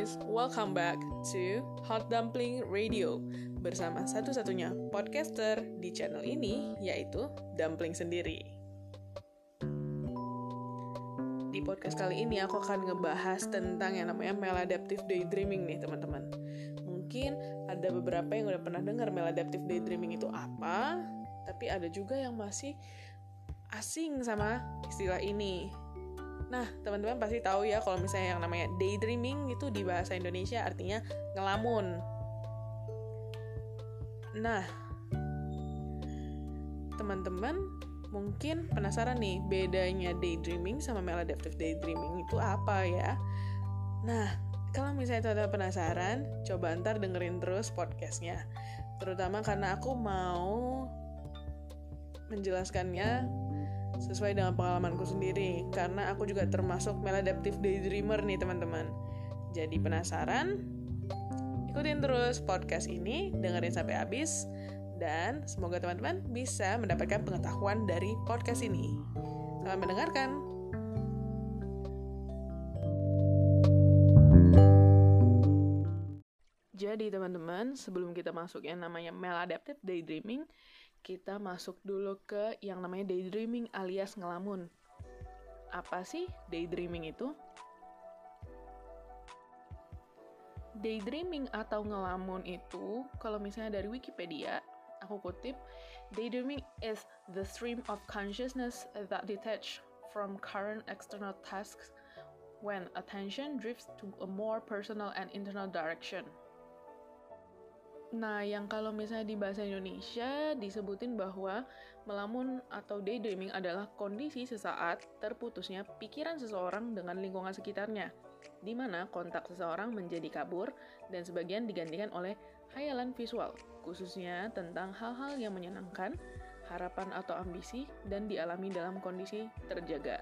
guys, welcome back to Hot Dumpling Radio bersama satu-satunya podcaster di channel ini, yaitu Dumpling sendiri. Di podcast kali ini aku akan ngebahas tentang yang namanya maladaptive daydreaming nih teman-teman. Mungkin ada beberapa yang udah pernah dengar maladaptive daydreaming itu apa, tapi ada juga yang masih asing sama istilah ini. Nah, teman-teman pasti tahu ya kalau misalnya yang namanya daydreaming itu di bahasa Indonesia artinya ngelamun. Nah, teman-teman mungkin penasaran nih bedanya daydreaming sama maladaptive daydreaming itu apa ya? Nah, kalau misalnya teman-teman penasaran, coba ntar dengerin terus podcastnya. Terutama karena aku mau menjelaskannya sesuai dengan pengalamanku sendiri, karena aku juga termasuk maladaptive daydreamer nih teman-teman. Jadi penasaran? Ikutin terus podcast ini, dengerin sampai habis, dan semoga teman-teman bisa mendapatkan pengetahuan dari podcast ini. Selamat mendengarkan. Jadi teman-teman, sebelum kita masuk yang namanya maladaptive daydreaming, kita masuk dulu ke yang namanya daydreaming alias ngelamun. Apa sih daydreaming itu? Daydreaming atau ngelamun itu, kalau misalnya dari Wikipedia, aku kutip, daydreaming is the stream of consciousness that detach from current external tasks when attention drifts to a more personal and internal direction. Nah, yang kalau misalnya di bahasa Indonesia disebutin bahwa melamun atau daydreaming adalah kondisi sesaat terputusnya pikiran seseorang dengan lingkungan sekitarnya, di mana kontak seseorang menjadi kabur dan sebagian digantikan oleh khayalan visual, khususnya tentang hal-hal yang menyenangkan, harapan atau ambisi, dan dialami dalam kondisi terjaga.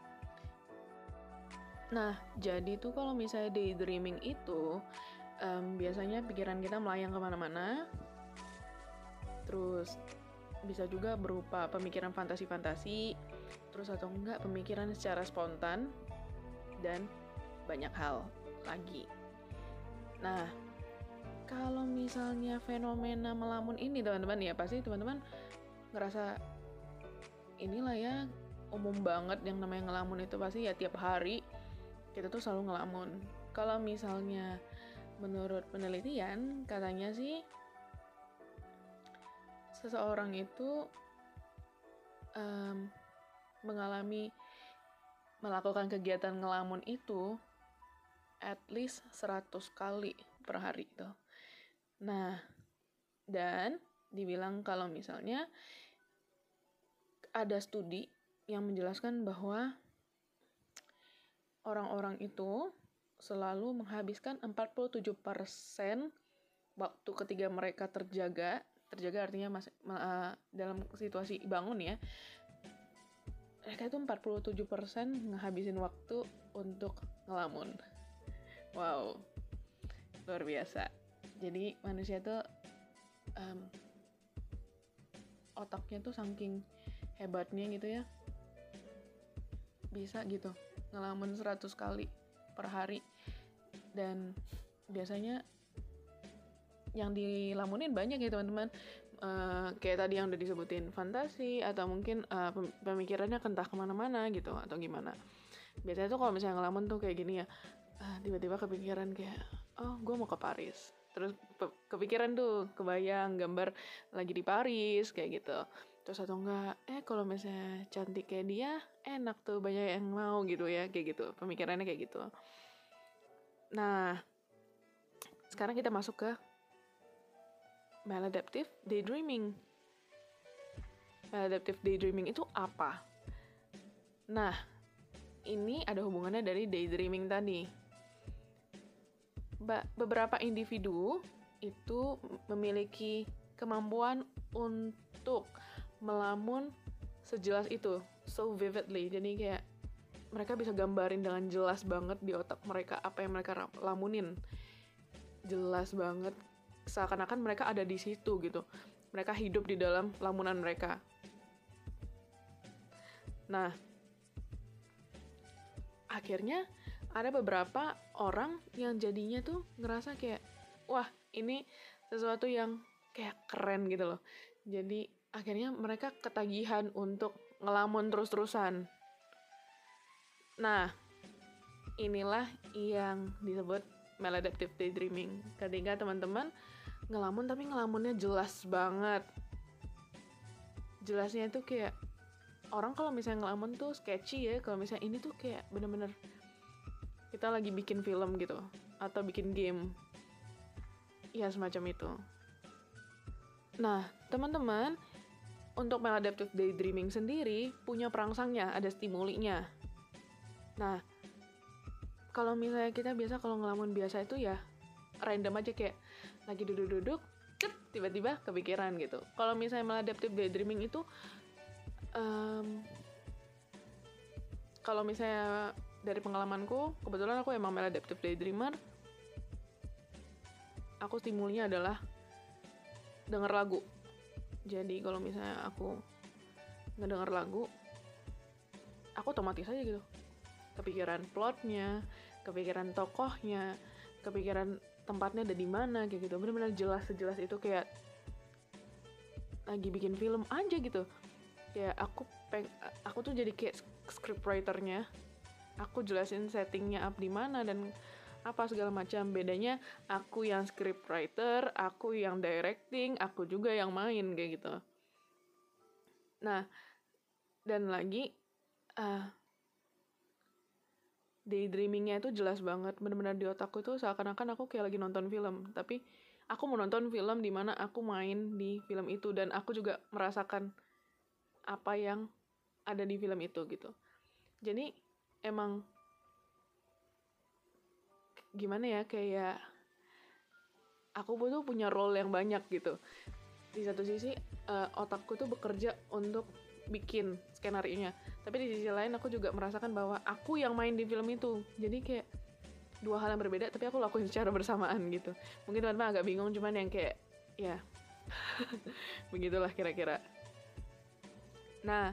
Nah, jadi tuh kalau misalnya daydreaming itu biasanya pikiran kita melayang kemana-mana, terus bisa juga berupa pemikiran fantasi-fantasi, terus atau enggak pemikiran secara spontan, dan banyak hal lagi. Nah, kalau misalnya fenomena melamun ini teman-teman ya, pasti teman-teman ngerasa inilah ya, umum banget yang namanya ngelamun itu pasti ya tiap hari kita tuh selalu ngelamun. Kalau misalnya menurut penelitian, katanya sih seseorang itu melakukan kegiatan ngelamun itu at least 100 kali per hari tuh. Nah, dan dibilang kalau misalnya ada studi yang menjelaskan bahwa orang-orang itu selalu menghabiskan 47% waktu ketika mereka terjaga artinya dalam situasi bangun ya, mereka itu 47% ngehabisin waktu untuk ngelamun. Wow, luar biasa. Jadi manusia tuh otaknya tuh saking hebatnya gitu ya, bisa gitu ngelamun 100 kali per hari. Dan biasanya yang dilamunin banyak ya teman-teman, kayak tadi yang udah disebutin fantasi, atau mungkin pemikirannya entah kemana-mana gitu atau gimana. Biasanya tuh kalau misalnya ngelamun tuh kayak gini ya, tiba-tiba kepikiran kayak, oh gue mau ke Paris, terus kepikiran tuh kebayang gambar lagi di Paris kayak gitu. Terus atau enggak, kalau misalnya cantik kayak dia enak tuh, banyak yang mau gitu ya, kayak gitu pemikirannya kayak gitu. Nah, sekarang kita masuk ke maladaptive daydreaming. Maladaptive daydreaming itu apa? Nah, ini ada hubungannya dari daydreaming tadi. Beberapa individu itu memiliki kemampuan untuk melamun sejelas itu, so vividly. Jadi kayak mereka bisa gambarin dengan jelas banget di otak mereka apa yang mereka lamunin. Jelas banget, seakan-akan mereka ada di situ gitu. Mereka hidup di dalam lamunan mereka. Nah, akhirnya ada beberapa orang yang jadinya tuh ngerasa kayak, wah ini sesuatu yang kayak keren gitu loh. Jadi akhirnya mereka ketagihan untuk ngelamun terus-terusan. Nah, inilah yang disebut maladaptive daydreaming. Ketika teman-teman ngelamun tapi ngelamunnya jelas banget. Jelasnya itu kayak, orang kalau misalnya ngelamun tuh sketchy ya, kalau misalnya ini tuh kayak bener-bener kita lagi bikin film gitu, atau bikin game. Ya semacam itu. Nah, teman-teman, untuk maladaptive daydreaming sendiri punya perangsangnya, ada stimulinya. Nah, kalau misalnya kita biasa kalau ngelamun biasa itu ya random aja, kayak lagi duduk-duduk, tiba-tiba kepikiran gitu. Kalau misalnya maladaptive daydreaming itu kalau misalnya dari pengalamanku, kebetulan aku emang maladaptive daydreamer, aku stimulinya adalah denger lagu. Jadi kalau misalnya aku ngedenger lagu, aku otomatis aja gitu kepikiran plotnya, kepikiran tokohnya, kepikiran tempatnya ada di mana, kayak gitu. Benar-benar jelas, sejelas itu kayak lagi bikin film aja gitu. Kayak aku tuh jadi kayak scriptwriter-nya. Aku jelasin settingnya up di mana dan apa segala macam. Bedanya aku yang scriptwriter, aku yang directing, aku juga yang main kayak gitu. Nah, dan lagi daydreamingnya itu jelas banget, benar-benar di otakku itu seakan-akan aku kayak lagi nonton film, tapi aku mau nonton film di mana aku main di film itu dan aku juga merasakan apa yang ada di film itu gitu. Jadi emang gimana ya, kayak aku tuh punya role yang banyak gitu. Di satu sisi otakku tuh bekerja untuk bikin skenario-nya, tapi di sisi lain aku juga merasakan bahwa aku yang main di film itu. Jadi kayak dua hal yang berbeda tapi aku lakuin secara bersamaan gitu. Mungkin teman-teman agak bingung, cuman yang kayak ya begitulah kira-kira. Nah,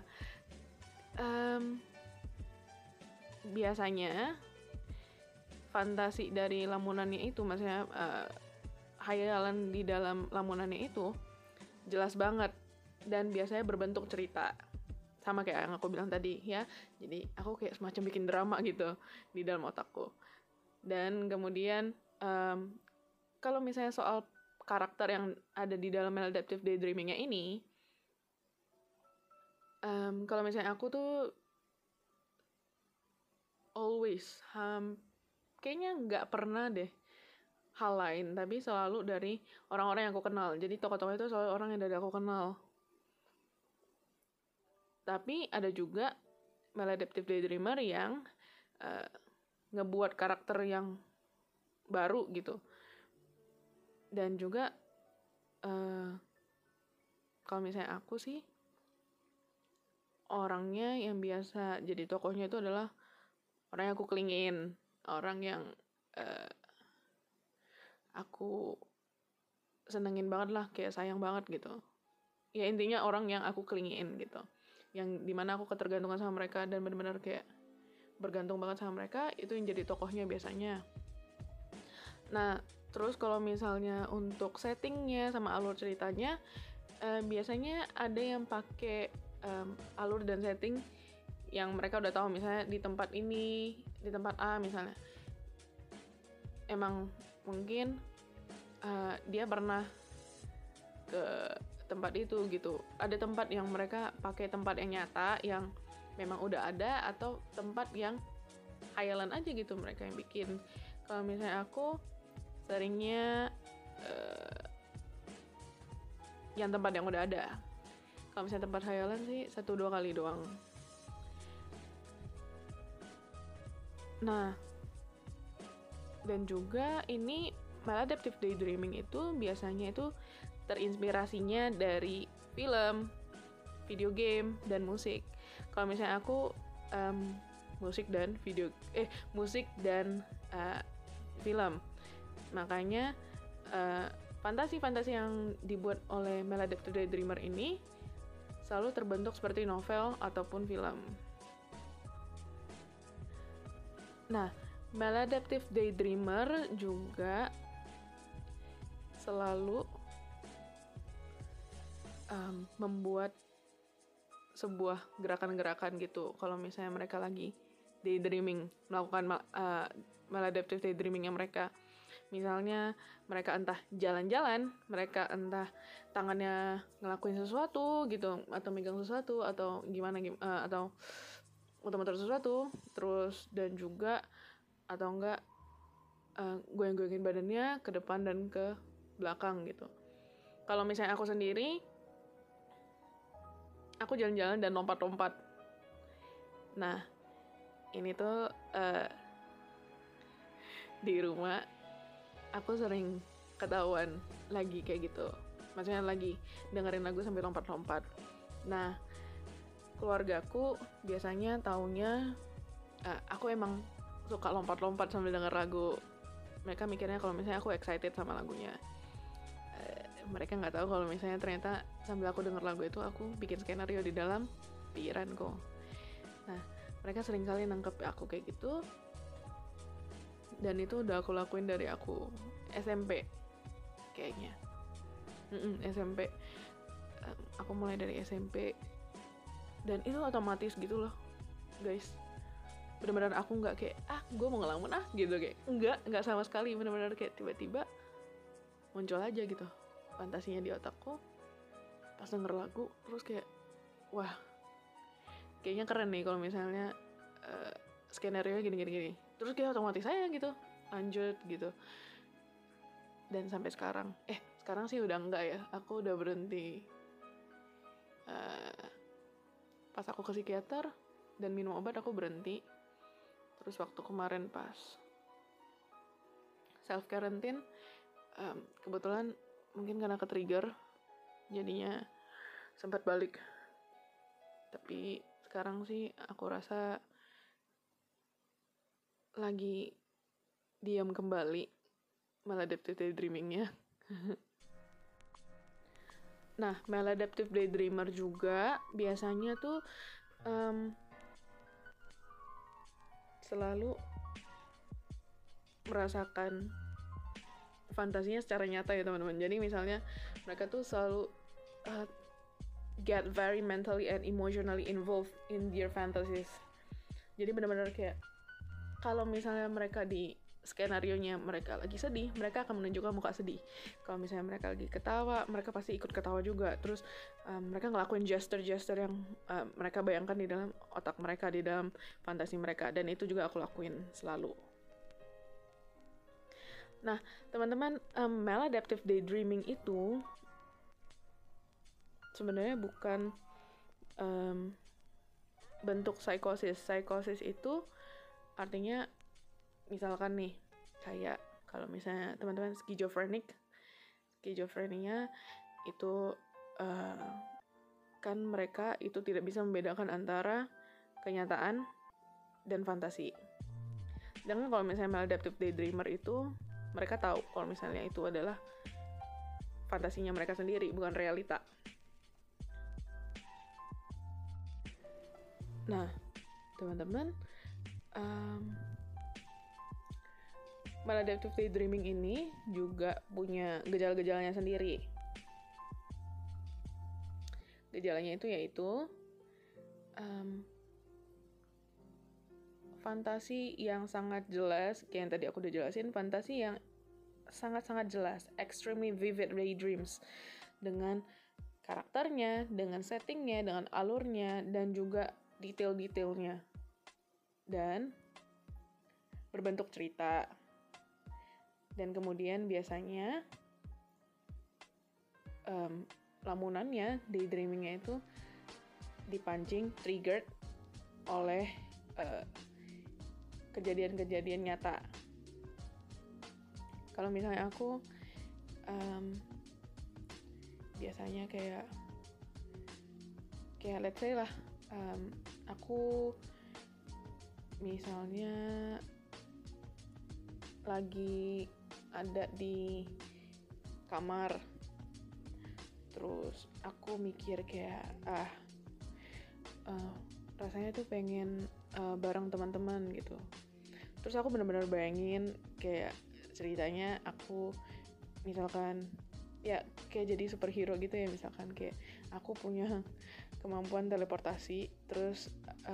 biasanya fantasi dari lamunannya itu, maksudnya hayalan di dalam lamunannya itu jelas banget dan biasanya berbentuk cerita, sama kayak yang aku bilang tadi ya. Jadi aku kayak semacam bikin drama gitu di dalam otakku. Dan kemudian kalau misalnya soal karakter yang ada di dalam maladaptive daydreamingnya ini, kalau misalnya aku tuh always kayaknya nggak pernah deh hal lain, tapi selalu dari orang-orang yang aku kenal. Jadi tokoh-tokoh itu selalu orang yang dari aku kenal. Tapi ada juga maladaptive daydreamer yang ngebuat karakter yang baru gitu. Dan juga kalau misalnya aku sih, orangnya yang biasa jadi tokohnya itu adalah orang yang aku kelingin, orang yang aku senengin banget lah, kayak sayang banget gitu. Ya intinya orang yang aku kelingin gitu, yang dimana aku ketergantungan sama mereka dan benar-benar kayak bergantung banget sama mereka, itu yang jadi tokohnya biasanya. Nah, terus kalau misalnya untuk settingnya sama alur ceritanya, biasanya ada yang pakai alur dan setting yang mereka udah tahu. Misalnya di tempat ini, di tempat A misalnya, emang mungkin dia pernah ke tempat itu gitu. Ada tempat yang mereka pakai tempat yang nyata, yang memang udah ada, atau tempat yang hayalan aja gitu mereka yang bikin. Kalau misalnya aku seringnya yang tempat yang udah ada. Kalau misalnya tempat hayalan sih 1-2 kali doang. Nah, dan juga ini maladaptive daydreaming itu biasanya itu terinspirasinya dari film, video game, dan musik. Kalau misalnya aku musik dan film. Makanya fantasi-fantasi yang dibuat oleh maladaptive daydreamer ini selalu terbentuk seperti novel ataupun film. Nah, Maladaptive daydreamer juga selalu membuat sebuah gerakan-gerakan gitu kalau misalnya mereka lagi daydreaming, melakukan maladaptive daydreamingnya mereka. Misalnya mereka entah jalan-jalan, mereka entah tangannya ngelakuin sesuatu gitu, atau megang sesuatu, atau gimana atau muter-muter sesuatu, terus dan juga atau enggak goyang-goyangin badannya ke depan dan ke belakang gitu. Kalau misalnya aku sendiri, aku jalan-jalan dan lompat-lompat. Nah, ini tuh di rumah aku sering ketahuan lagi kayak gitu. Maksudnya lagi dengerin lagu sambil lompat-lompat. Nah, keluargaku biasanya taunya aku emang suka lompat-lompat sambil denger lagu. Mereka mikirnya kalau misalnya aku excited sama lagunya. Mereka nggak tahu kalau misalnya ternyata sambil aku denger lagu itu aku bikin skenario di dalam pikiranku. Nah, mereka sering kali nangkep aku kayak gitu, dan itu udah aku lakuin dari aku SMP kayaknya. SMP. Aku mulai dari SMP, dan itu otomatis gitu loh guys. Benar-benar aku nggak kayak gue mau ngelamun gitu, kayak nggak sama sekali. Benar-benar kayak tiba-tiba muncul aja gitu fantasinya di otakku pas denger lagu, terus kayak wah, kayaknya keren nih kalau misalnya skenario gini, terus kayak otomatis aja gitu lanjut gitu. Dan sampai sekarang sih udah enggak ya, aku udah berhenti. Pas aku ke psikiater dan minum obat aku berhenti. Terus waktu kemarin pas self quarantine, kebetulan mungkin karena ke-trigger jadinya sempat balik. Tapi sekarang sih aku rasa lagi diam kembali maladaptive daydreamingnya. Nah, maladaptive daydreamer juga biasanya tuh selalu merasakan fantasinya secara nyata ya teman-teman. Jadi misalnya mereka tuh selalu get very mentally and emotionally involved in their fantasies. Jadi benar-benar kayak kalau misalnya mereka di skenarionya mereka lagi sedih, mereka akan menunjukkan muka sedih. Kalau misalnya mereka lagi ketawa, mereka pasti ikut ketawa juga. Terus mereka ngelakuin gesture-gesture yang mereka bayangkan di dalam otak mereka, di dalam fantasi mereka. Dan itu juga aku lakuin selalu. Nah, teman-teman, maladaptive daydreaming itu sebenarnya bukan bentuk psikosis. Psikosis itu artinya misalkan nih, kayak kalau misalnya teman-teman skizofrenia itu kan mereka itu tidak bisa membedakan antara kenyataan dan fantasi. Sedangkan kalau misalnya maladaptive daydreamer itu mereka tahu kalau misalnya itu adalah fantasinya mereka sendiri, bukan realita. Nah, teman-teman, maladaptive daydreaming ini juga punya gejala-gejalanya sendiri. Gejalanya itu yaitu fantasi yang sangat jelas, kayak yang tadi aku udah jelasin, fantasi yang sangat-sangat jelas, extremely vivid daydreams, dengan karakternya, dengan settingnya, dengan alurnya, dan juga detail-detailnya. Dan berbentuk cerita. Dan kemudian biasanya lamunannya, daydreamingnya itu dipancing, triggered oleh kejadian-kejadian nyata. Kalau misalnya aku biasanya kayak let's say lah, aku misalnya lagi ada di kamar, terus aku mikir kayak rasanya tuh pengen bareng teman-teman gitu. Terus aku benar-benar bayangin kayak ceritanya aku misalkan ya kayak jadi superhero gitu ya, misalkan kayak aku punya kemampuan teleportasi, terus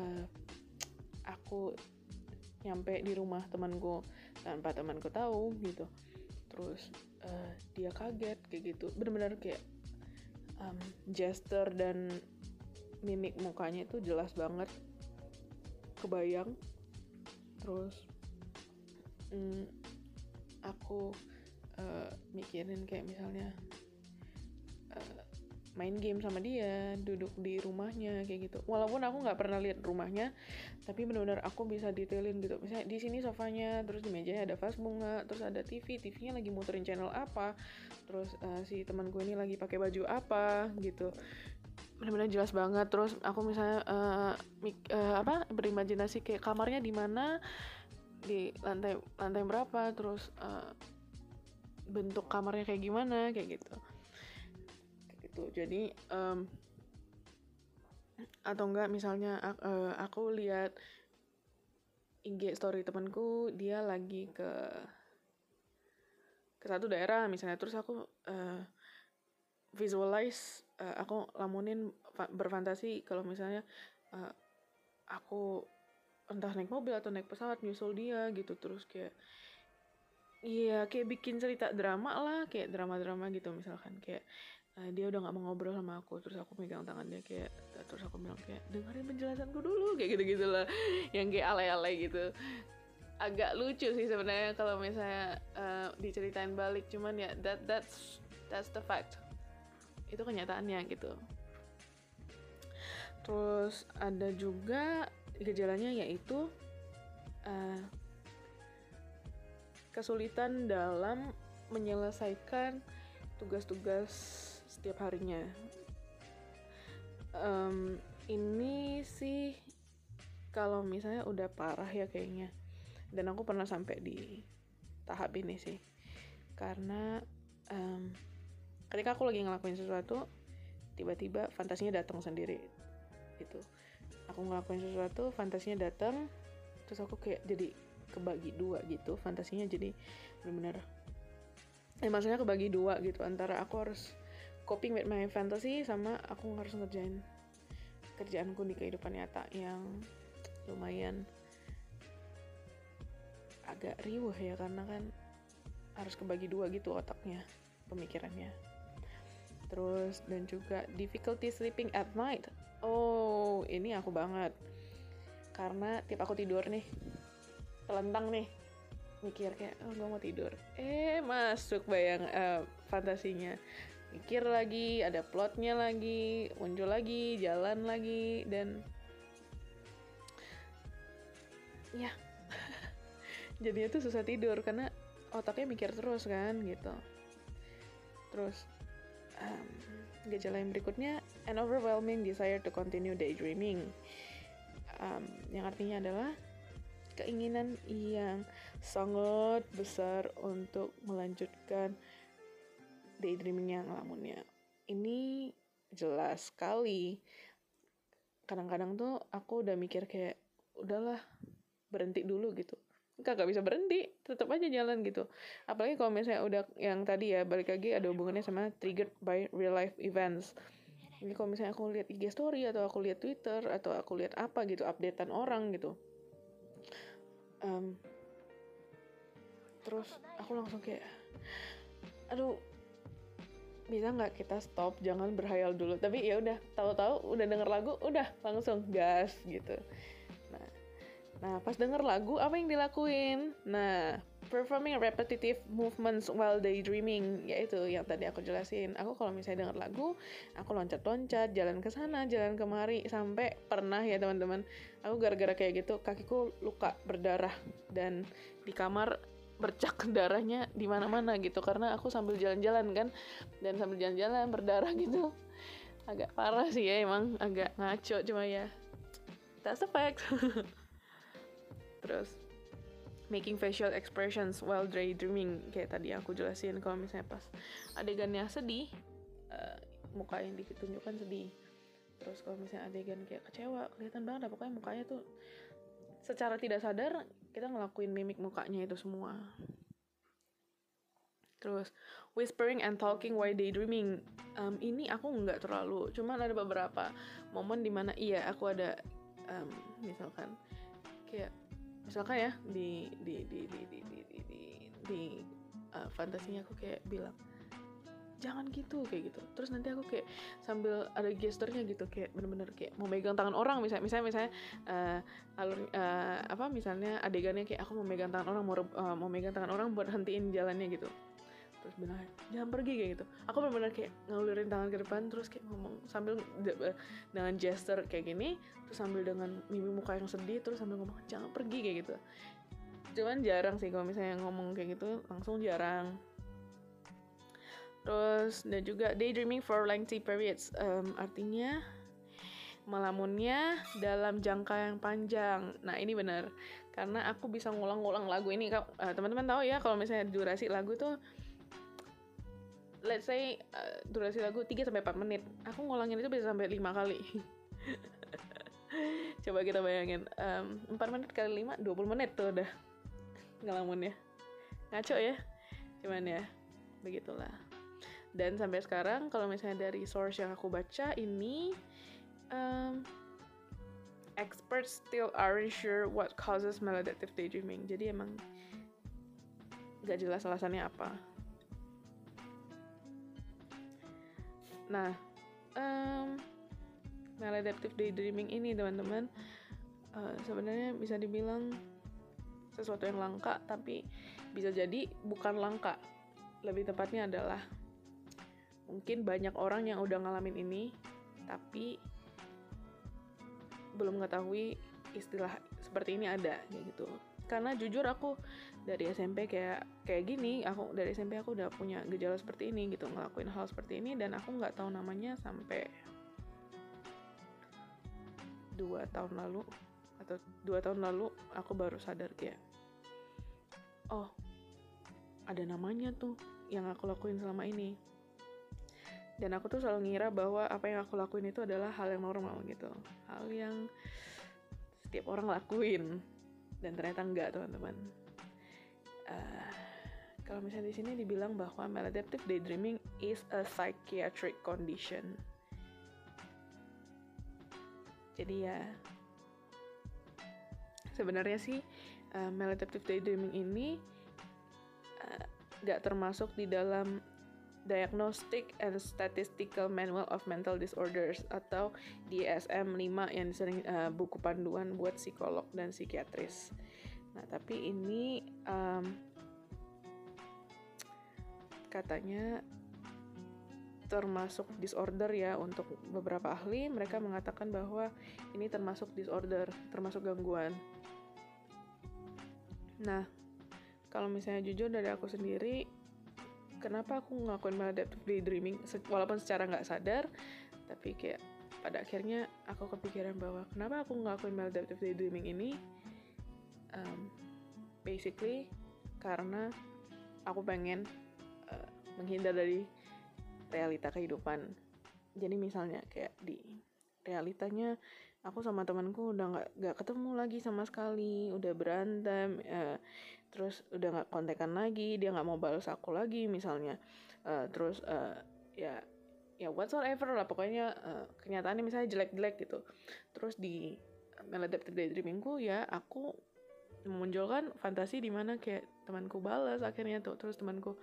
aku nyampe di rumah temanku tanpa temanku tahu gitu. Terus dia kaget kayak gitu, benar-benar kayak gesture dan mimik mukanya itu jelas banget kebayang. Terus aku mikirin kayak misalnya main game sama dia, duduk di rumahnya kayak gitu. Walaupun aku nggak pernah lihat rumahnya, tapi benar-benar aku bisa detailin gitu. Misalnya di sini sofanya, terus di mejanya ada vas bunga, terus ada TV-nya lagi muterin channel apa, terus si temanku ini lagi pakai baju apa gitu. Benar-benar jelas banget. Terus aku misalnya berimajinasi kayak kamarnya di mana, di lantai berapa, terus bentuk kamarnya kayak gimana kayak gitu. Jadi atau enggak misalnya aku lihat IG story temanku, dia lagi ke satu daerah misalnya, terus aku visualize, aku lamunin berfantasi kalau misalnya aku entah naik mobil atau naik pesawat nyusul dia gitu. Terus kayak iya kayak bikin cerita drama lah, kayak drama-drama gitu. Misalkan kayak dia udah gak mau ngobrol sama aku, terus aku megang tangannya kayak, terus aku bilang kayak dengerin penjelasanku dulu kayak gitu-gitu lah, yang kayak alay-alay gitu. Agak lucu sih sebenarnya kalau misalnya diceritain balik, cuman ya that's the fact, itu kenyataannya gitu. Terus ada juga gejalanya yaitu kesulitan dalam menyelesaikan tugas-tugas setiap harinya. Ini sih kalau misalnya udah parah ya kayaknya, dan aku pernah sampai di tahap ini sih, karena ketika aku lagi ngelakuin sesuatu, tiba-tiba fantasinya datang sendiri gitu. Aku ngelakuin sesuatu, fantasinya datang, terus aku kayak jadi kebagi dua gitu fantasinya. Jadi benar-benar maksudnya kebagi dua gitu, antara aku harus coping with my fantasy sama aku harus ngerjain kerjaanku di kehidupan nyata yang lumayan agak riuh ya, karena kan harus kebagi dua gitu otaknya, pemikirannya. Terus dan juga difficulty sleeping at night. Oh, ini aku banget, karena tiap aku tidur nih telentang nih mikir kayak gue mau tidur, masuk bayang fantasinya, mikir lagi, ada plotnya lagi, muncul lagi, jalan lagi, dan ya jadinya tuh susah tidur karena otaknya mikir terus kan gitu. Terus gejala yang berikutnya, an overwhelming desire to continue daydreaming, yang artinya adalah keinginan yang sangat besar untuk melanjutkan daydreaming yang ngelamunnya. Ini jelas sekali. Kadang-kadang tuh aku udah mikir kayak udahlah berhenti dulu gitu. Gak bisa berhenti, tetap aja jalan gitu. Apalagi kalau misalnya udah yang tadi ya, balik lagi ada hubungannya sama triggered by real life events. Ini kalau misalnya aku lihat IG story atau aku lihat Twitter atau aku lihat apa gitu, updatean orang gitu. Terus aku langsung kayak aduh, bisa nggak kita stop, jangan berhayal dulu. Tapi ya udah, tahu-tahu udah denger lagu, udah langsung gas gitu. Nah pas denger lagu apa yang dilakuin? Nah, performing repetitive movements while daydreaming, yaitu yang tadi aku jelasin. Aku kalau misalnya denger lagu, aku loncat-loncat, jalan ke sana, jalan kemari, sampai pernah ya teman-teman, aku gara-gara kayak gitu kakiku luka berdarah dan di kamar bercak darahnya di mana-mana gitu, karena aku sambil jalan-jalan kan, dan sambil jalan-jalan berdarah gitu. Agak parah sih ya, emang agak ngaco, cuma ya that's the fact. Terus making facial expressions while daydreaming, kayak tadi aku jelasin, kalau misalnya pas adegannya sedih, muka yang ditunjukkan sedih. Terus kalau misalnya adegan kayak kecewa, kelihatan banget pokoknya mukanya tuh secara tidak sadar kita ngelakuin mimik mukanya itu semua. Terus whispering and talking while daydreaming, ini aku nggak terlalu, cuman ada beberapa momen dimana iya aku ada misalkan ya di fantasinya aku kayak bilang jangan gitu kayak gitu. Terus nanti aku kayak sambil ada gesturnya gitu, kayak bener-bener kayak mau megang tangan orang, misalnya misalnya adegannya kayak aku mau megang tangan orang, mau megang tangan orang buat hentiin jalannya gitu. Terus bilang jangan pergi kayak gitu. Aku benar-benar kayak ngalurin tangan ke depan, terus kayak ngomong sambil dengan gesture kayak gini, terus sambil dengan mimik muka yang sedih, terus sambil ngomong jangan pergi kayak gitu. Cuman jarang sih kalau misalnya ngomong kayak gitu, langsung jarang. Terus dan juga daydreaming for lengthy periods, artinya melamunnya dalam jangka yang panjang. Nah ini benar, karena aku bisa ngulang-ngulang lagu ini. Teman-teman tahu ya kalau misalnya durasi lagu tuh, let's say durasi lagu 3-4 menit, aku ngulangin itu bisa sampai 5 kali. Coba kita bayangin, 4 menit kali 5, 20 menit tuh udah ngelamunnya. Ngaco ya, cuman ya begitulah. Dan sampai sekarang kalau misalnya dari source yang aku baca ini, experts still aren't sure what causes maladaptive daydreaming. Jadi emang gak jelas alasannya apa. Nah, maladaptive daydreaming ini teman-teman, sebenarnya bisa dibilang sesuatu yang langka, tapi bisa jadi bukan langka. Lebih tepatnya adalah mungkin banyak orang yang udah ngalamin ini, tapi belum mengetahui istilah seperti ini ada kayak gitu. Karena jujur aku dari SMP kayak gini, dari SMP aku udah punya gejala seperti ini gitu, ngelakuin hal seperti ini, dan aku nggak tahu namanya sampai 2 tahun lalu aku baru sadar kayak, oh ada namanya tuh yang aku lakuin selama ini. Dan aku tuh selalu ngira bahwa apa yang aku lakuin itu adalah hal yang normal gitu, hal yang setiap orang lakuin, dan ternyata enggak teman-teman. Kalau misalnya di sini dibilang bahwa maladaptive daydreaming is a psychiatric condition. Jadi ya sebenarnya sih maladaptive daydreaming ini gak termasuk di dalam Diagnostic and Statistical Manual of Mental Disorders atau DSM-5 yang sering buku panduan buat psikolog dan psikiatris. Nah, tapi ini katanya termasuk disorder ya. Untuk beberapa ahli, mereka mengatakan bahwa ini termasuk disorder, termasuk gangguan. Nah, kalau misalnya jujur dari aku sendiri, kenapa aku ngelakuin maladaptive daydreaming, walaupun secara nggak sadar, tapi kayak pada akhirnya aku kepikiran bahwa kenapa aku ngelakuin maladaptive daydreaming ini, basically karena aku pengen menghindar dari realita kehidupan. Jadi misalnya kayak di realitanya aku sama temanku udah nggak ketemu lagi sama sekali, udah berantem, terus udah nggak kontekan lagi, dia nggak mau balas aku lagi misalnya, terus ya whatsoever lah pokoknya, kenyataannya misalnya jelek-jelek gitu. Terus di maladaptive daydreamingku ya aku memunculkan fantasi di mana kayak temanku balas akhirnya tuh, terus temanku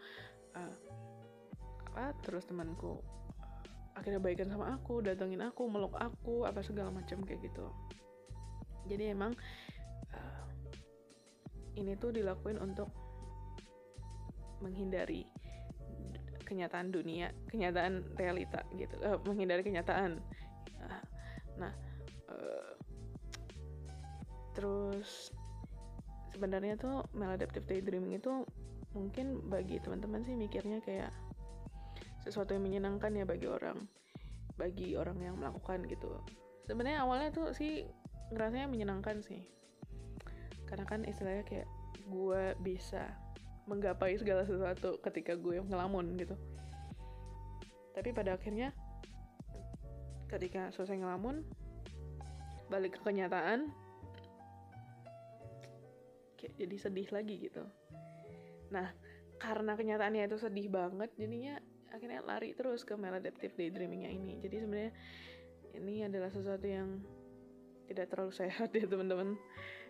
akhirnya baikan sama aku, datengin aku, meluk aku, apa segala macam kayak gitu. Jadi emang ini tuh dilakuin untuk menghindari kenyataan dunia, kenyataan realita gitu, menghindari kenyataan. Terus sebenarnya tuh maladaptive daydreaming itu mungkin bagi teman-teman sih mikirnya kayak sesuatu yang menyenangkan ya bagi orang yang melakukan gitu. Sebenarnya awalnya tuh sih ngerasanya menyenangkan sih, karena kan istilahnya kayak gue bisa menggapai segala sesuatu ketika gue ngelamun gitu. Tapi pada akhirnya ketika selesai ngelamun, balik ke kenyataan, kayak jadi sedih lagi gitu. Nah, karena kenyataannya itu sedih banget, jadinya akhirnya lari terus ke maladaptive daydreamingnya ini. Jadi sebenarnya ini adalah sesuatu yang tidak terlalu sehat ya teman-teman.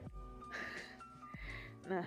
Nah,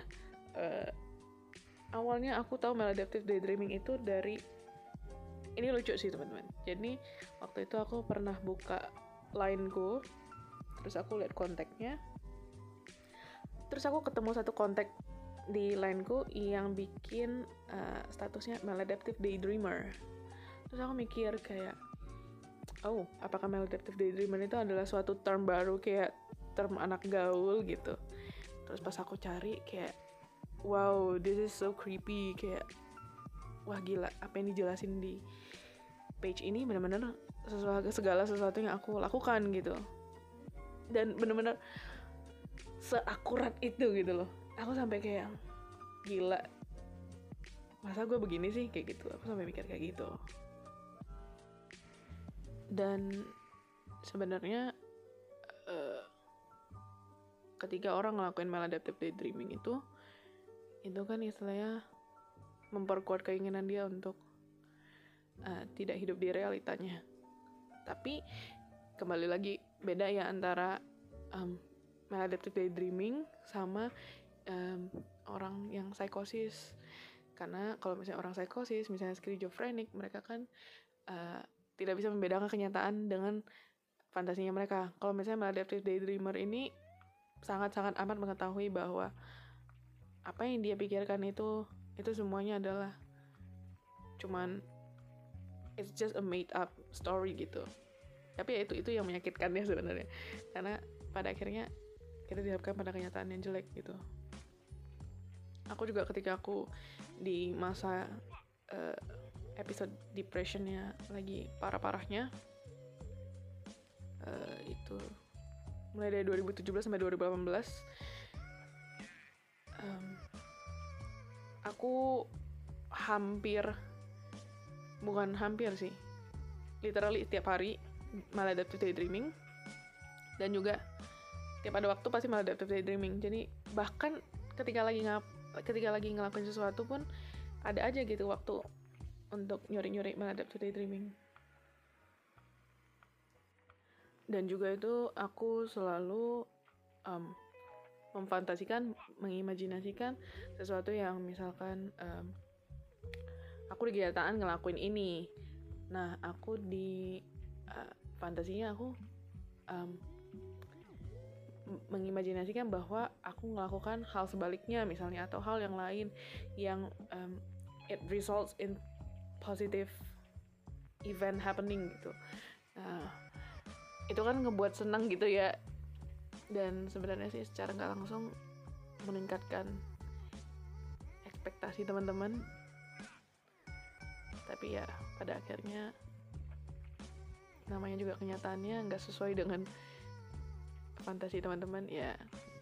awalnya aku tahu maladaptive daydreaming itu dari, ini lucu sih teman-teman. Jadi waktu itu aku pernah buka Line-ku, terus aku lihat kontaknya, terus aku ketemu satu kontak di Line-ku yang bikin statusnya maladaptive daydreamer. Terus aku mikir kayak, oh, apakah maladaptive daydreamer itu adalah suatu term baru, kayak term anak gaul gitu. Terus pas aku cari kayak, wow, this is so creepy, kayak wah gila, apa yang dijelasin di page ini benar-benar segala sesuatu yang aku lakukan gitu. Dan benar-benar seakurat itu gitu loh. Aku sampai kayak, gila, masa gue begini sih, kayak gitu. Aku sampai mikir kayak gitu. Dan sebenarnya ketika orang ngelakuin maladaptive daydreaming itu kan istilahnya memperkuat keinginan dia untuk tidak hidup di realitanya. Tapi kembali lagi beda ya antara maladaptive daydreaming sama orang yang psikosis. Karena kalau misalnya orang psikosis, misalnya schizophrenic, mereka kan tidak bisa membedakan kenyataan dengan fantasinya mereka. Kalau misalnya maladaptive daydreamer ini sangat-sangat amat mengetahui bahwa apa yang dia pikirkan itu semuanya adalah cuman, it's just a made up story gitu. Tapi ya itu yang menyakitkan ya sebenarnya, karena pada akhirnya kita dihadapkan pada kenyataan yang jelek gitu. Aku juga ketika aku di masa episode depressionnya lagi parah-parahnya, itu mulai dari 2017 sampai 2018, aku bukan hampir sih, literally tiap hari maladaptive daydreaming, dan juga tiap ada waktu pasti maladaptive daydreaming. Jadi bahkan ketika lagi ngelakuin sesuatu pun ada aja gitu waktu untuk nyuri maladaptive daydreaming. Dan juga itu aku selalu memfantasikan, mengimajinasikan sesuatu yang misalkan aku di kenyataan ngelakuin ini. Nah, aku di fantasinya aku mengimajinasikan bahwa aku melakukan hal sebaliknya misalnya, atau hal yang lain yang it results in positive event happening gitu. Itu kan ngebuat senang gitu ya, dan sebenarnya sih secara nggak langsung meningkatkan ekspektasi teman-teman. Tapi ya pada akhirnya namanya juga kenyataannya nggak sesuai dengan fantasi teman-teman, ya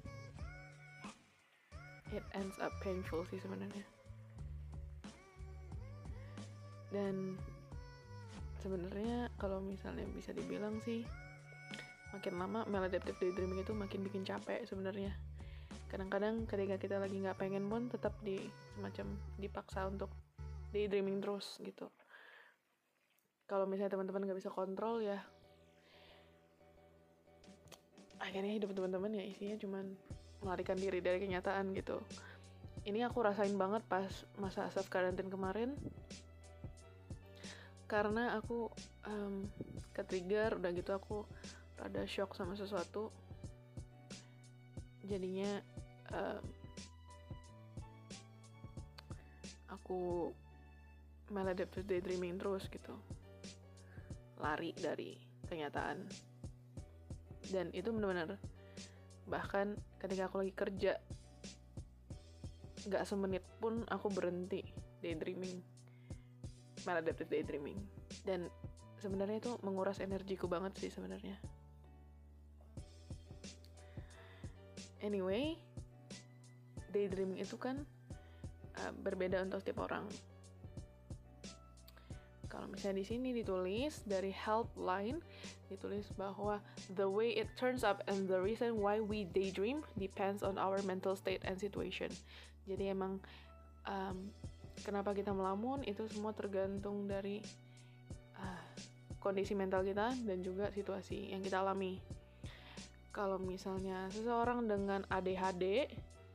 it ends up painful sih sebenarnya. Dan sebenarnya kalau misalnya bisa dibilang sih, makin lama maladaptive daydreaming itu makin bikin capek sebenarnya. Kadang-kadang ketika kita lagi nggak pengen pun tetap semacam dipaksa untuk daydreaming terus gitu. Kalau misalnya teman-teman nggak bisa kontrol, ya akhirnya hidup teman-teman ya isinya cuman melarikan diri dari kenyataan gitu. Ini aku rasain banget pas masa self quarantine kemarin, karena aku ke-trigger, udah gitu aku rada shock sama sesuatu, jadinya aku maladaptive daydreaming terus gitu, lari dari kenyataan. Dan itu benar-benar, bahkan ketika aku lagi kerja, gak semenit pun aku berhenti daydreaming, maladaptive daydreaming. Dan sebenarnya itu menguras energiku banget sih sebenarnya. Anyway, daydreaming itu kan berbeda untuk setiap orang. Kalau misalnya di sini ditulis dari helpline ditulis bahwa the way it turns up and the reason why we daydream depends on our mental state and situation. Jadi emang kenapa kita melamun itu semua tergantung dari kondisi mental kita dan juga situasi yang kita alami. Kalau misalnya seseorang dengan ADHD,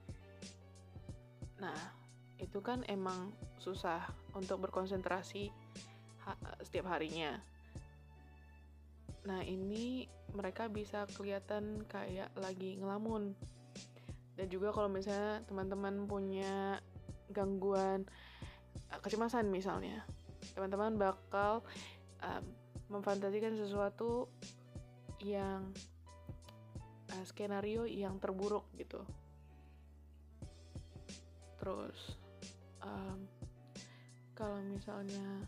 nah itu kan emang susah untuk berkonsentrasi setiap harinya. Nah ini mereka bisa kelihatan kayak lagi ngelamun. Dan juga kalau misalnya teman-teman punya gangguan kecemasan misalnya, teman-teman bakal memfantasikan sesuatu yang skenario yang terburuk gitu. Terus kalau misalnya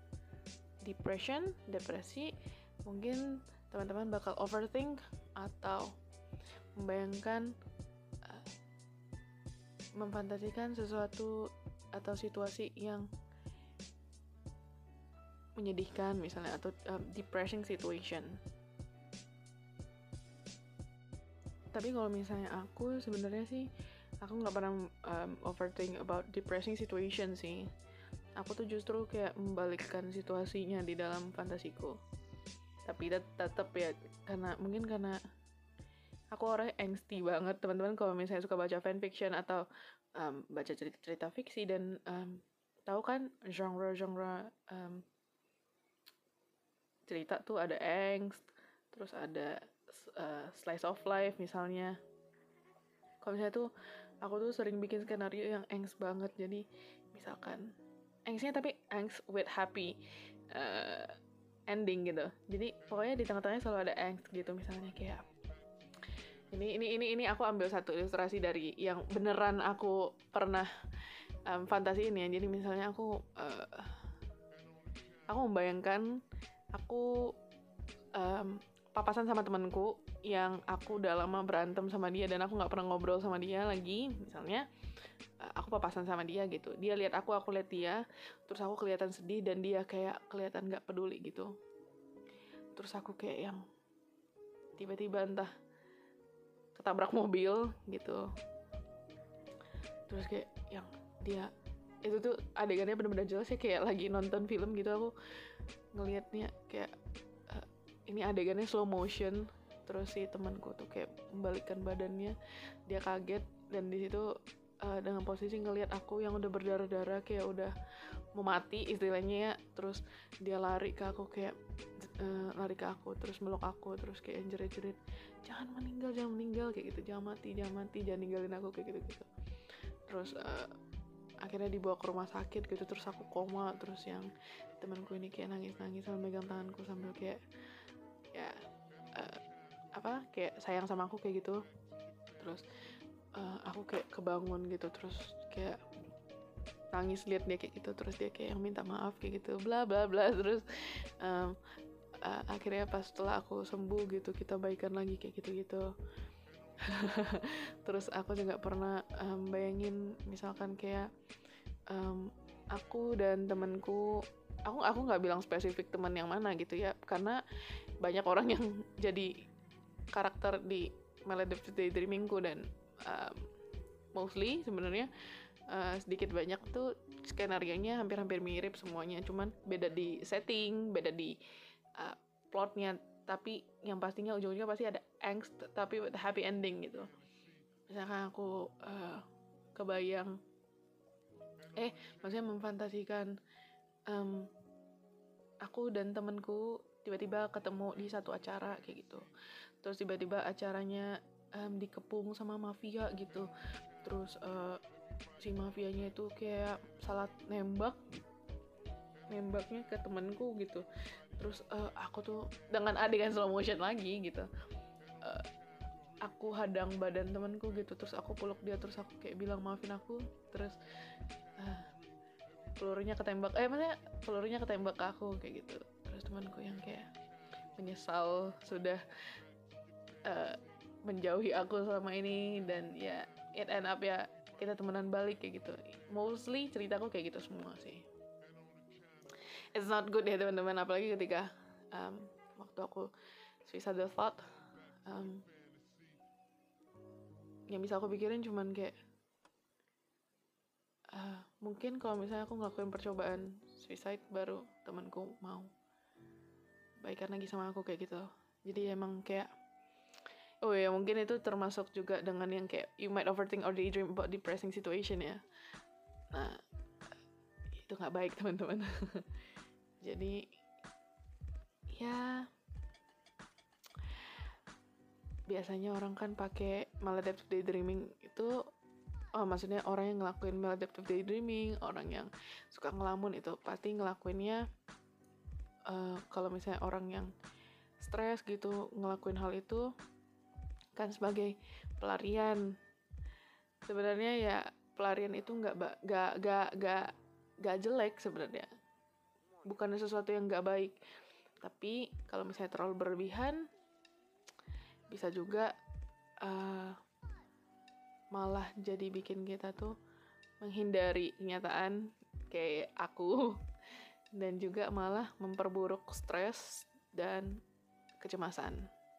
depresi, mungkin teman-teman bakal overthink atau membayangkan, memfantasikan sesuatu atau situasi yang menyedihkan misalnya, atau depressing situation. Tapi kalau misalnya aku sebenarnya sih aku nggak pernah overthink about depressing situation sih. Aku tuh justru kayak membalikkan situasinya di dalam fantasiku. Tapi tetap ya, karena aku orangnya angsty banget. Teman-teman kalau misalnya suka baca fanfiction atau baca cerita fiksi dan tahu kan genre cerita tuh ada angst, terus ada slice of life misalnya. Kalau misalnya tuh aku tuh sering bikin skenario yang angst banget. Jadi misalkan angstnya tapi angst with happy ending gitu. Jadi pokoknya di tengah-tengahnya selalu ada angst gitu. Misalnya kayak ini aku ambil satu ilustrasi dari yang beneran aku pernah fantasiin ya. Jadi misalnya aku membayangkan aku papasan sama temanku yang aku udah lama berantem sama dia dan aku nggak pernah ngobrol sama dia lagi. Misalnya aku papasan sama dia gitu, dia lihat aku lihat dia, terus aku kelihatan sedih dan dia kayak kelihatan nggak peduli gitu. Terus aku kayak yang tiba-tiba entah ketabrak mobil gitu, terus kayak yang dia itu tuh adegannya bener-bener jelas ya, kayak lagi nonton film gitu. Aku ngelihatnya kayak ini adegannya slow motion, terus si temanku tuh kayak membalikkan badannya, dia kaget dan di situ dengan posisi ngelihat aku yang udah berdarah-darah kayak udah mau mati istilahnya ya. Terus dia lari ke aku kayak terus meluk aku, terus kayak jerit-jerit, jangan meninggal kayak gitu, jangan mati, jangan ninggalin aku kayak gitu. Terus akhirnya dibawa ke rumah sakit gitu, terus aku koma. Terus yang temanku ini kayak nangis sambil megang tanganku sambil kayak ya kayak sayang sama aku kayak gitu. Terus aku kayak kebangun gitu, terus kayak nangis liat dia kayak gitu. Terus dia kayak yang minta maaf kayak gitu, bla bla bla. Terus akhirnya pas setelah aku sembuh gitu, kita baikan lagi kayak gitu. Terus aku juga pernah bayangin misalkan kayak aku dan temanku, aku nggak bilang spesifik teman yang mana gitu ya, karena banyak orang yang jadi karakter di Maladaptive Daydreamingku dan mostly sebenarnya sedikit banyak tuh skenarionya hampir mirip semuanya, cuman beda di setting, beda di plotnya, tapi yang pastinya ujung-ujungnya pasti ada angst tapi with happy ending gitu. Misalkan aku kebayang maksudnya memfantasikan aku dan temenku tiba-tiba ketemu di satu acara kayak gitu, terus tiba-tiba acaranya dikepung sama mafia gitu. Terus si mafianya itu kayak salah nembaknya ke temenku gitu. Terus aku tuh dengan adegan slow motion lagi gitu, aku hadang badan temenku gitu, terus aku peluk dia, terus aku kayak bilang maafin aku. Terus pelurunya ketembak ke aku kayak gitu. Terus temanku yang kayak menyesal sudah menjauhi aku selama ini, dan ya it end up ya kita temenan balik kayak gitu. Mostly ceritaku kayak gitu semua sih. It's not good ya teman-teman, apalagi ketika waktu aku suicidal thought, yang bisa aku pikirin cuman kayak mungkin kalau misalnya aku ngelakuin percobaan suicide baru temanku mau baikan lagi sama aku kayak gitu. Jadi emang kayak oh ya, mungkin itu termasuk juga dengan yang kayak you might overthink or daydream about depressing situation ya. Nah, itu nggak baik teman-teman. Jadi ya biasanya orang kan pakai maladaptive daydreaming itu, maksudnya orang yang ngelakuin maladaptive daydreaming, orang yang suka ngelamun itu pasti ngelakuinnya kalau misalnya orang yang stres gitu ngelakuin hal itu kan sebagai pelarian. Sebenarnya ya pelarian itu nggak jelek sebenarnya, bukannya sesuatu yang nggak baik. Tapi kalau misalnya terlalu berlebihan bisa juga malah jadi bikin kita tuh menghindari kenyataan kayak aku, dan juga malah memperburuk stres dan kecemasan.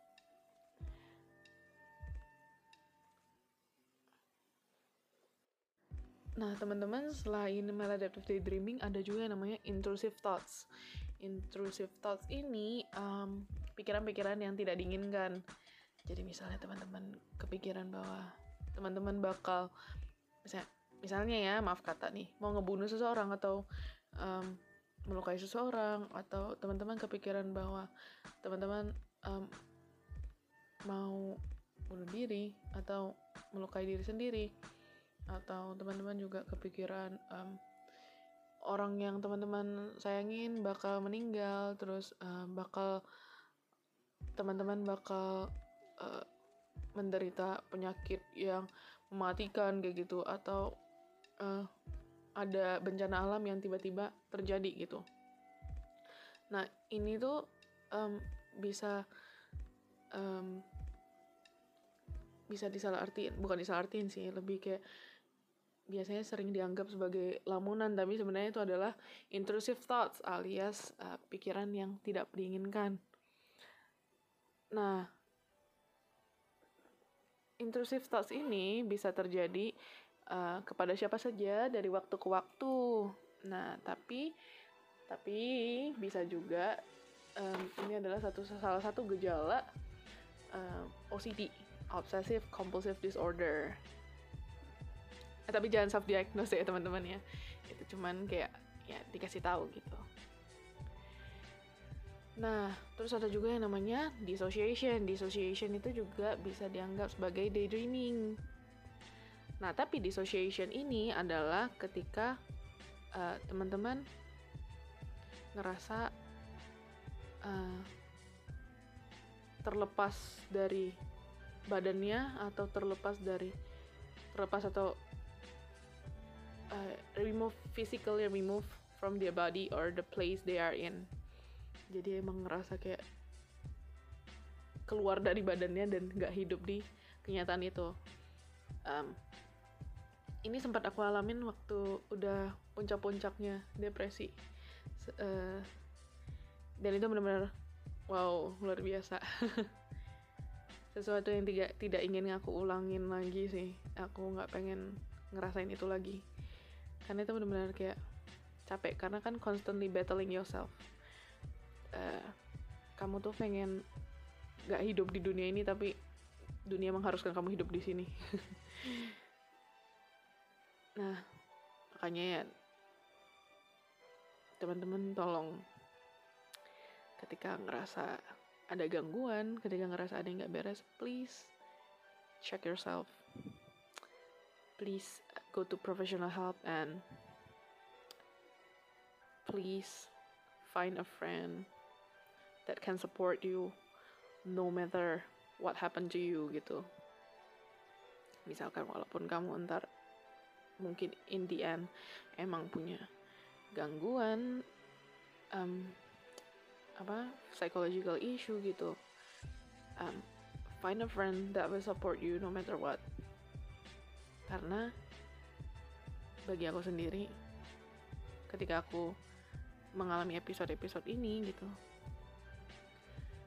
Nah teman-teman, selain maladaptive daydreaming ada juga yang namanya intrusive thoughts. Intrusive thoughts ini pikiran-pikiran yang tidak diinginkan. Jadi misalnya teman-teman kepikiran bahwa teman-teman bakal misalnya ya, maaf kata nih, mau ngebunuh seseorang atau melukai seseorang, atau teman-teman kepikiran bahwa teman-teman mau bunuh diri atau melukai diri sendiri, atau teman-teman juga kepikiran orang yang teman-teman sayangin bakal meninggal, terus teman-teman bakal menderita penyakit yang mematikan kayak gitu, atau ada bencana alam yang tiba-tiba terjadi gitu. Nah ini tuh bisa bukan disalahartiin sih, lebih kayak biasanya sering dianggap sebagai lamunan, tapi sebenarnya itu adalah intrusive thoughts alias pikiran yang tidak diinginkan. Nah, intrusive thoughts ini bisa terjadi kepada siapa saja dari waktu ke waktu. Nah, tapi bisa juga ini adalah salah satu gejala OCD, Obsessive Compulsive Disorder. Tapi jangan self-diagnose ya teman-teman ya. Itu cuman kayak ya dikasih tahu gitu. Nah, terus ada juga yang namanya dissociation. Dissociation itu juga bisa dianggap sebagai daydreaming. Nah, tapi dissociation ini adalah ketika teman-teman ngerasa terlepas dari badannya, atau terlepas atau physically remove from their body or the place they are in. Jadi emang ngerasa kayak keluar dari badannya dan gak hidup di kenyataan itu. Ini sempat aku alamin waktu udah puncak-puncaknya depresi, dan itu benar-benar wow, luar biasa. Sesuatu yang tidak ingin aku ulangin lagi sih. Aku gak pengen ngerasain itu lagi, karena itu benar-benar kayak capek, karena kan constantly battling yourself. Kamu tuh pengen gak hidup di dunia ini, tapi dunia mengharuskan kamu hidup di sini. Nah, makanya ya teman-teman tolong, ketika ngerasa ada gangguan, ketika ngerasa ada yang gak beres, please check yourself. Please go to professional help, and please find a friend that can support you no matter what happened to you gitu. Misalkan walaupun kamu ntar mungkin in the end emang punya gangguan psychological issue gitu, find a friend that will support you no matter what. Karena bagi aku sendiri, ketika aku mengalami episode-episode ini gitu,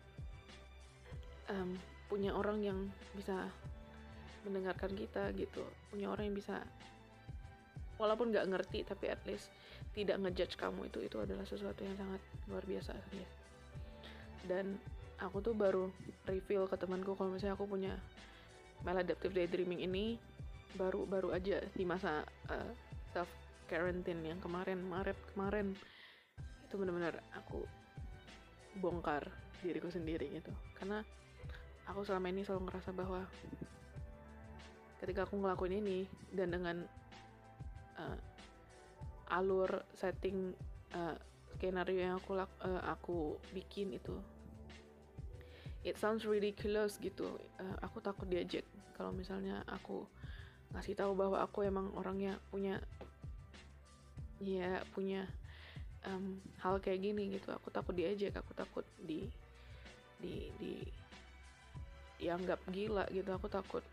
punya orang yang bisa mendengarkan kita gitu, punya orang yang bisa walaupun nggak ngerti tapi at least tidak ngejudge kamu, itu adalah sesuatu yang sangat luar biasa ya. Dan aku tuh baru reveal ke temanku kalau misalnya aku punya maladaptive daydreaming ini baru aja di masa self quarantine yang Maret kemarin. Itu benar-benar aku bongkar diriku sendiri gitu, karena aku selama ini selalu ngerasa bahwa ketika aku ngelakuin ini dan dengan alur setting skenario yang aku bikin itu, it sounds ridiculous gitu. Aku takut diejek kalau misalnya aku ngasih tahu bahwa aku emang orangnya punya hal kayak gini gitu. Aku takut diejek, aku takut dianggap gila gitu. Aku takut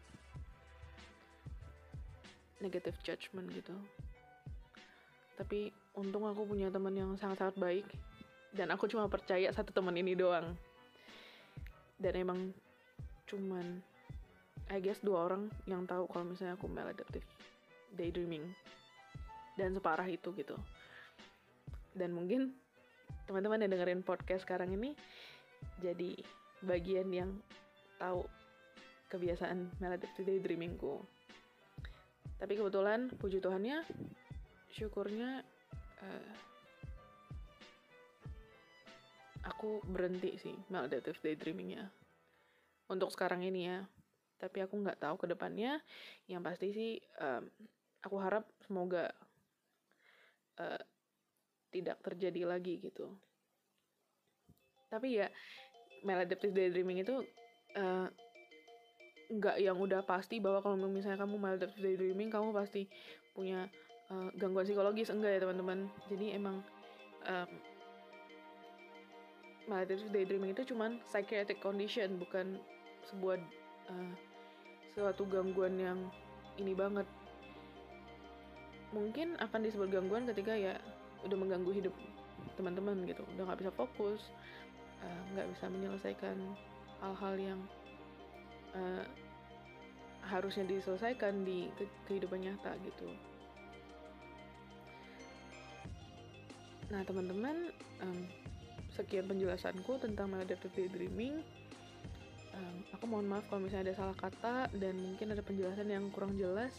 negative judgment gitu. Tapi untung aku punya teman yang sangat-sangat baik, dan aku cuma percaya satu teman ini doang. Dan emang cuman I guess 2 orang yang tahu kalau misalnya aku maladaptive daydreaming dan separah itu gitu. Dan mungkin teman-teman yang dengerin podcast sekarang ini jadi bagian yang tahu kebiasaan maladaptive daydreamingku. Tapi kebetulan puji Tuhannya, syukurnya aku berhenti sih maladaptive daydreamingnya untuk sekarang ini ya. Tapi aku nggak tahu ke depannya. Yang pasti sih aku harap semoga tidak terjadi lagi gitu. Tapi ya maladaptive daydreaming itu nggak yang udah pasti bahwa kalau misalnya kamu maladaptive daydreaming kamu pasti punya gangguan psikologis. Enggak ya teman-teman. Jadi emang maladaptive daydreaming itu cuman psychiatric condition, bukan sebuah suatu gangguan yang ini banget. Mungkin akan disebut gangguan ketika ya udah mengganggu hidup teman-teman gitu, udah nggak bisa fokus, nggak bisa menyelesaikan hal-hal yang harusnya diselesaikan di kehidupan nyata gitu. Nah teman-teman, sekian penjelasanku tentang maladaptive daydreaming. Aku mohon maaf kalau misalnya ada salah kata dan mungkin ada penjelasan yang kurang jelas.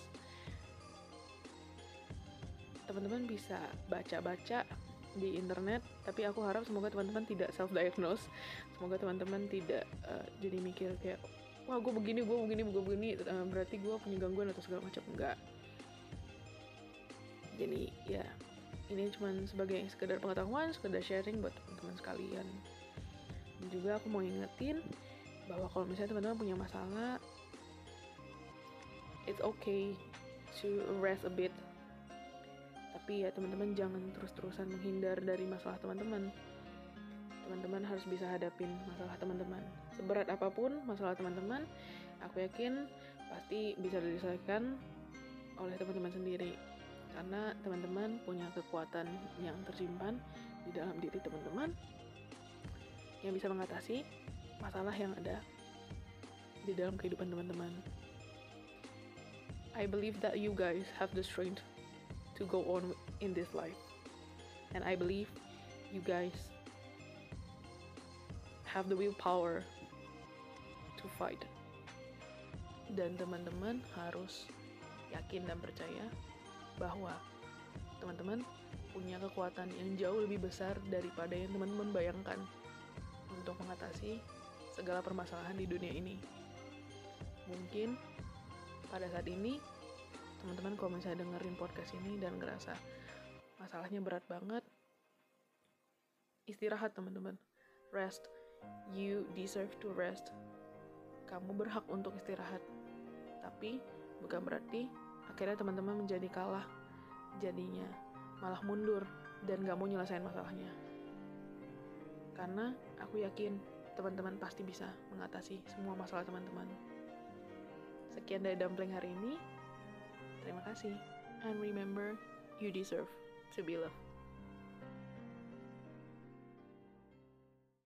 Teman-teman bisa baca-baca di internet, tapi aku harap semoga teman-teman tidak self-diagnose. Semoga teman-teman tidak jadi mikir kayak, wah gue begini, berarti gue punya gangguan atau segala macam. Enggak. Jadi ya ini cuma sebagai sekedar pengetahuan, sekedar sharing buat teman-teman sekalian. Dan juga aku mau ingetin bahwa kalau misalnya teman-teman punya masalah, it's okay to rest a bit. Tapi ya teman-teman jangan terus-terusan menghindar dari masalah teman-teman. Teman-teman harus bisa hadapin masalah teman-teman. Seberat apapun masalah teman-teman, aku yakin pasti bisa diselesaikan oleh teman-teman sendiri. Karena teman-teman punya kekuatan yang tersimpan di dalam diri teman-teman yang bisa mengatasi masalah yang ada di dalam kehidupan teman-teman. I believe that you guys have the strength to go on in this life, and I believe you guys have the willpower to fight. Dan teman-teman harus yakin dan percaya bahwa teman-teman punya kekuatan yang jauh lebih besar daripada yang teman-teman bayangkan untuk mengatasi segala permasalahan di dunia ini. Mungkin pada saat ini teman-teman kalau misalnya dengerin podcast ini dan ngerasa masalahnya berat banget, istirahat teman-teman. Rest. You deserve to rest. Kamu berhak untuk istirahat. Tapi bukan berarti akhirnya teman-teman menjadi kalah, jadinya malah mundur dan gak mau nyelesain masalahnya. Karena aku yakin teman-teman pasti bisa mengatasi semua masalah teman-teman. Sekian dari Dumpling hari ini. Terima kasih. And remember, you deserve to be loved.